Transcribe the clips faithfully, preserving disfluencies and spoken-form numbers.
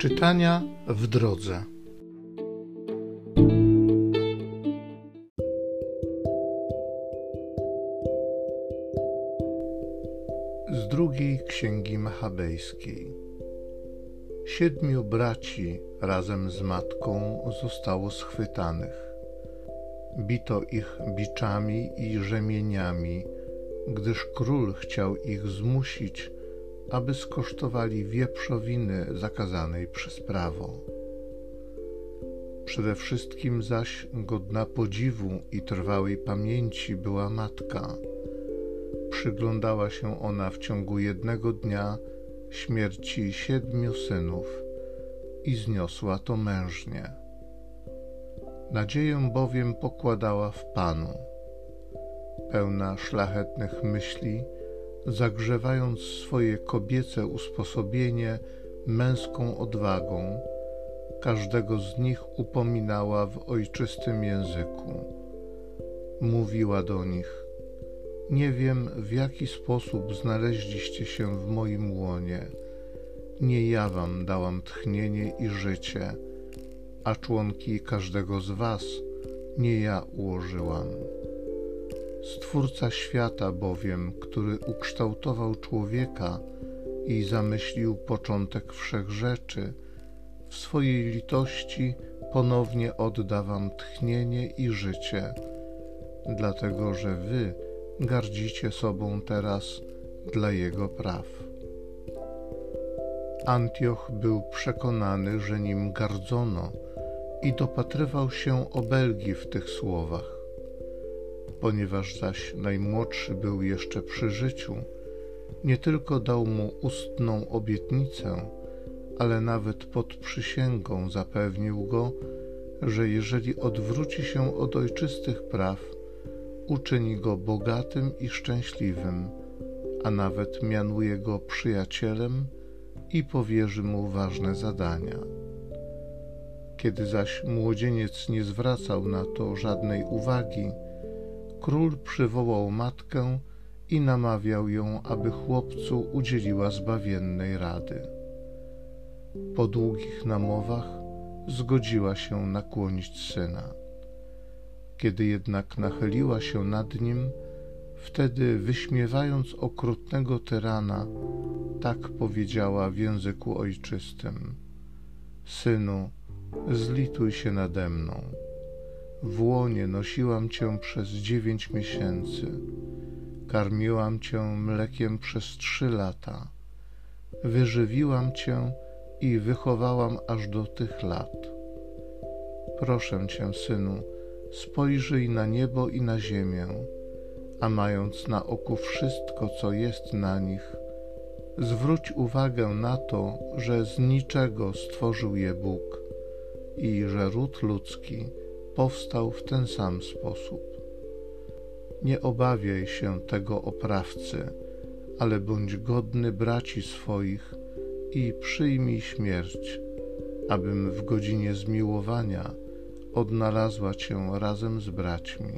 Czytania w drodze. Z drugiej księgi machabejskiej. Siedmiu braci razem z matką zostało schwytanych. Bito ich biczami i rzemieniami, gdyż król chciał ich zmusić, aby skosztowali wieprzowiny zakazanej przez prawo. Przede wszystkim zaś godna podziwu i trwałej pamięci była matka. Przyglądała się ona w ciągu jednego dnia śmierci siedmiu synów i zniosła to mężnie. Nadzieję bowiem pokładała w Panu. Pełna szlachetnych myśli, zagrzewając swoje kobiece usposobienie męską odwagą, każdego z nich upominała w ojczystym języku. Mówiła do nich: nie wiem, w jaki sposób znaleźliście się w moim łonie. Nie ja wam dałam tchnienie i życie, a członki każdego z was nie ja ułożyłam. Stwórca świata bowiem, który ukształtował człowieka i zamyślił początek wszech rzeczy, w swojej litości ponownie odda wam tchnienie i życie, dlatego że wy gardzicie sobą teraz dla jego praw. Antioch był przekonany, że nim gardzono, i dopatrywał się obelgi w tych słowach. Ponieważ zaś najmłodszy był jeszcze przy życiu, nie tylko dał mu ustną obietnicę, ale nawet pod przysięgą zapewnił go, że jeżeli odwróci się od ojczystych praw, uczyni go bogatym i szczęśliwym, a nawet mianuje go przyjacielem i powierzy mu ważne zadania. Kiedy zaś młodzieniec nie zwracał na to żadnej uwagi, król przywołał matkę i namawiał ją, aby chłopcu udzieliła zbawiennej rady. Po długich namowach zgodziła się nakłonić syna. Kiedy jednak nachyliła się nad nim, wtedy, wyśmiewając okrutnego tyrana, tak powiedziała w języku ojczystym: synu, zlituj się nade mną. W łonie nosiłam cię przez dziewięć miesięcy, karmiłam cię mlekiem przez trzy lata, wyżywiłam cię i wychowałam aż do tych lat. Proszę cię, synu, spojrzyj na niebo i na ziemię, a mając na oku wszystko, co jest na nich, zwróć uwagę na to, że z niczego stworzył je Bóg i że ród ludzki powstał w ten sam sposób. Nie obawiaj się tego oprawcy, ale bądź godny braci swoich i przyjmij śmierć, abym w godzinie zmiłowania odnalazła cię razem z braćmi.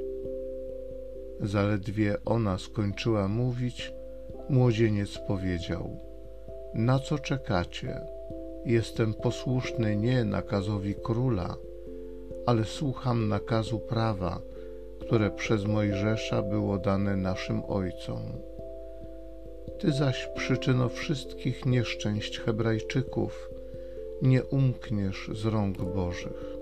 Zaledwie ona skończyła mówić, młodzieniec powiedział: na co czekacie? Jestem posłuszny nie nakazowi króla, ale słucham nakazu prawa, które przez Mojżesza było dane naszym ojcom. Ty zaś, przyczyno wszystkich nieszczęść Hebrajczyków, nie umkniesz z rąk Bożych.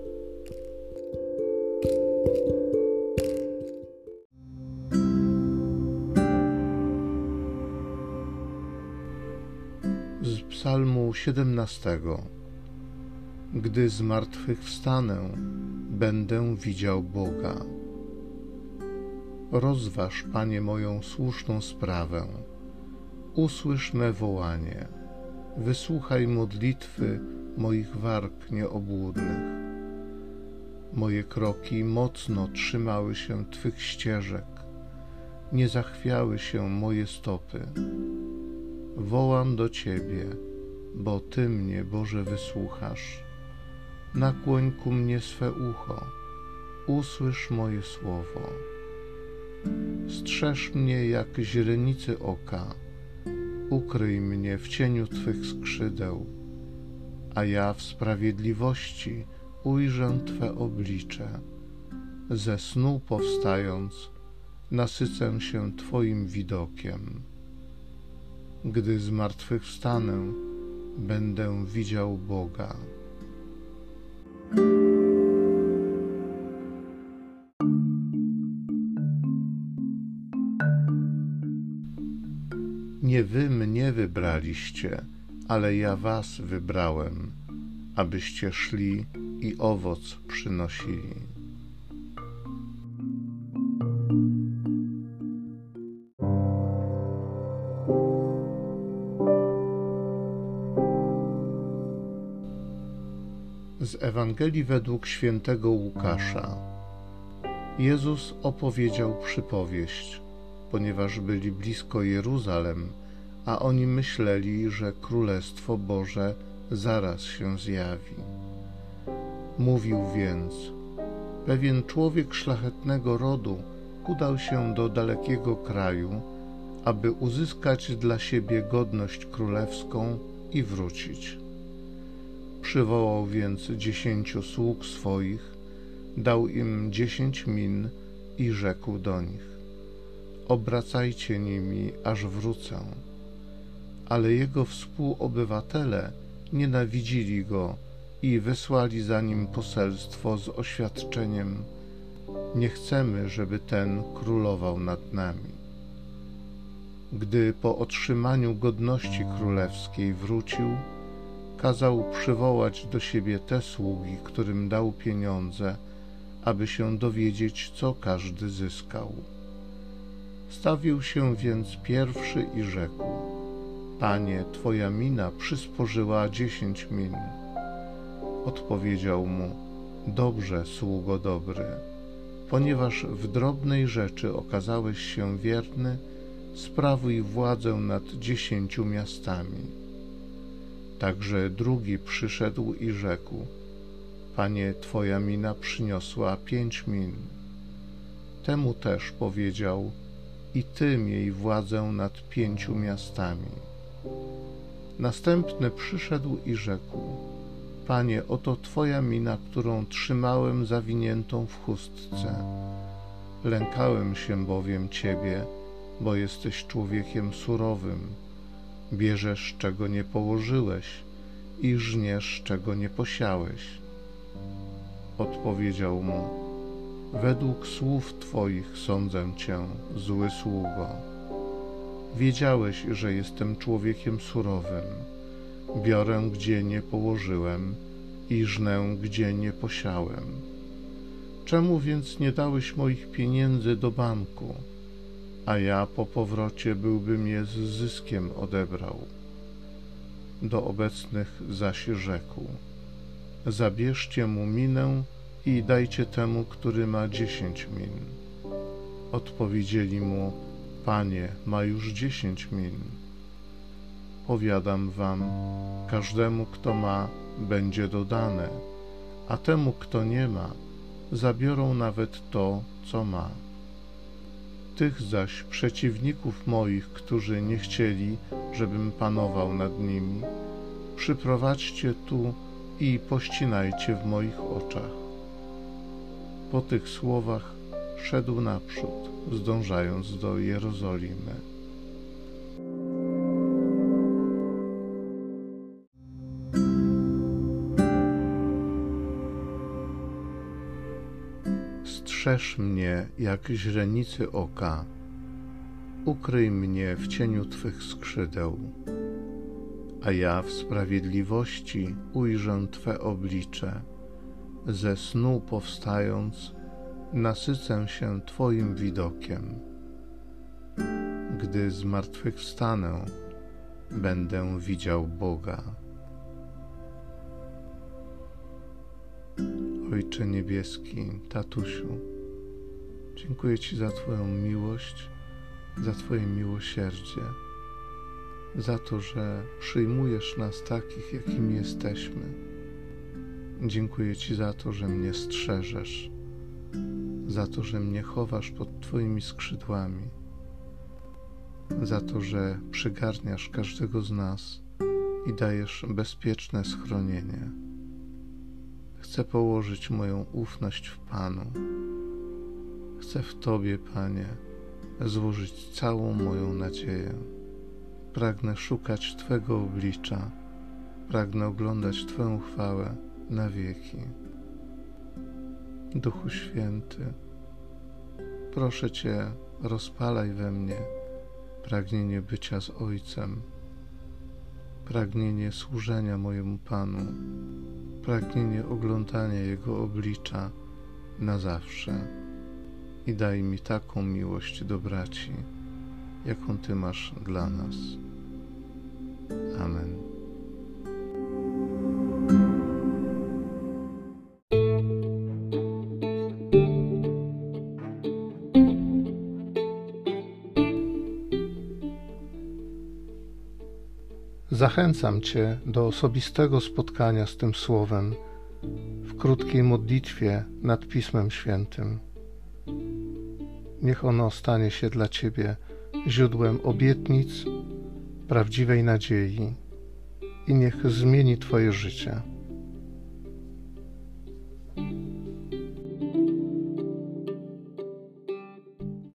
Z psalmu siedemnastego. Gdy zmartwychwstanę, będę widział Boga. Rozważ, Panie, moją słuszną sprawę. Usłysz me wołanie. Wysłuchaj modlitwy moich warg nieobłudnych. Moje kroki mocno trzymały się Twych ścieżek. Nie zachwiały się moje stopy. Wołam do Ciebie, bo Ty mnie, Boże, wysłuchasz. Nakłoń ku mnie swe ucho, usłysz moje słowo. Strzeż mnie jak źrenicy oka, ukryj mnie w cieniu Twych skrzydeł, a ja w sprawiedliwości ujrzę Twe oblicze. Ze snu powstając, nasycę się Twoim widokiem. Gdy zmartwychwstanę, będę widział Boga. Nie wy mnie wybraliście, ale ja was wybrałem, abyście szli i owoc przynosili. Z Ewangelii według świętego Łukasza. Jezus opowiedział przypowieść, ponieważ byli blisko Jeruzalem, a oni myśleli, że Królestwo Boże zaraz się zjawi. Mówił więc: pewien człowiek szlachetnego rodu udał się do dalekiego kraju, aby uzyskać dla siebie godność królewską i wrócić. Przywołał więc dziesięciu sług swoich, dał im dziesięć min i rzekł do nich: obracajcie nimi, aż wrócę. Ale jego współobywatele nienawidzili go i wysłali za nim poselstwo z oświadczeniem: nie chcemy, żeby ten królował nad nami. Gdy po otrzymaniu godności królewskiej wrócił, kazał przywołać do siebie te sługi, którym dał pieniądze, aby się dowiedzieć, co każdy zyskał. Stawił się więc pierwszy i rzekł: Panie, twoja mina przysporzyła dziesięć min. Odpowiedział mu: dobrze, sługo dobry, ponieważ w drobnej rzeczy okazałeś się wierny, sprawuj władzę nad dziesięciu miastami. Także drugi przyszedł i rzekł: Panie, twoja mina przyniosła pięć min. Temu też powiedział: i ty miej władzę nad pięciu miastami. Następny przyszedł i rzekł: Panie, oto twoja mina, którą trzymałem zawiniętą w chustce. Lękałem się bowiem ciebie, bo jesteś człowiekiem surowym. Bierzesz, czego nie położyłeś, i żniesz, czego nie posiałeś. Odpowiedział mu: według słów twoich sądzę cię, zły sługo. Wiedziałeś, że jestem człowiekiem surowym. Biorę, gdzie nie położyłem, i żnę, gdzie nie posiałem. Czemu więc nie dałeś moich pieniędzy do banku, a ja po powrocie byłbym je z zyskiem odebrał? Do obecnych zaś rzekł: zabierzcie mu minę i dajcie temu, który ma dziesięć min. Odpowiedzieli mu: Panie, ma już dziesięć min. Powiadam wam, każdemu, kto ma, będzie dodane, a temu, kto nie ma, zabiorą nawet to, co ma. Tych zaś przeciwników moich, którzy nie chcieli, żebym panował nad nimi, przyprowadźcie tu i pościnajcie w moich oczach. Po tych słowach szedł naprzód, zdążając do Jerozolimy. Strzeż mnie jak źrenicy oka, ukryj mnie w cieniu Twych skrzydeł, a ja w sprawiedliwości ujrzę Twe oblicze. Ze snu powstając, nasycę się Twoim widokiem. Gdy zmartwychwstanę, będę widział Boga. Ojcze niebieski, tatusiu, dziękuję Ci za Twoją miłość, za Twoje miłosierdzie, za to, że przyjmujesz nas takich, jakimi jesteśmy. Dziękuję Ci za to, że mnie strzeżesz, za to, że mnie chowasz pod Twoimi skrzydłami, za to, że przygarniasz każdego z nas i dajesz bezpieczne schronienie. Chcę położyć moją ufność w Panu. Chcę w Tobie, Panie, złożyć całą moją nadzieję. Pragnę szukać Twego oblicza, pragnę oglądać Twoją chwałę na wieki. Duchu Święty, proszę Cię, rozpalaj we mnie pragnienie bycia z Ojcem, pragnienie służenia mojemu Panu, pragnienie oglądania Jego oblicza na zawsze i daj mi taką miłość do braci, jaką Ty masz dla nas. Amen. Zachęcam Cię do osobistego spotkania z tym Słowem w krótkiej modlitwie nad Pismem Świętym. Niech ono stanie się dla Ciebie źródłem obietnic, prawdziwej nadziei i niech zmieni Twoje życie.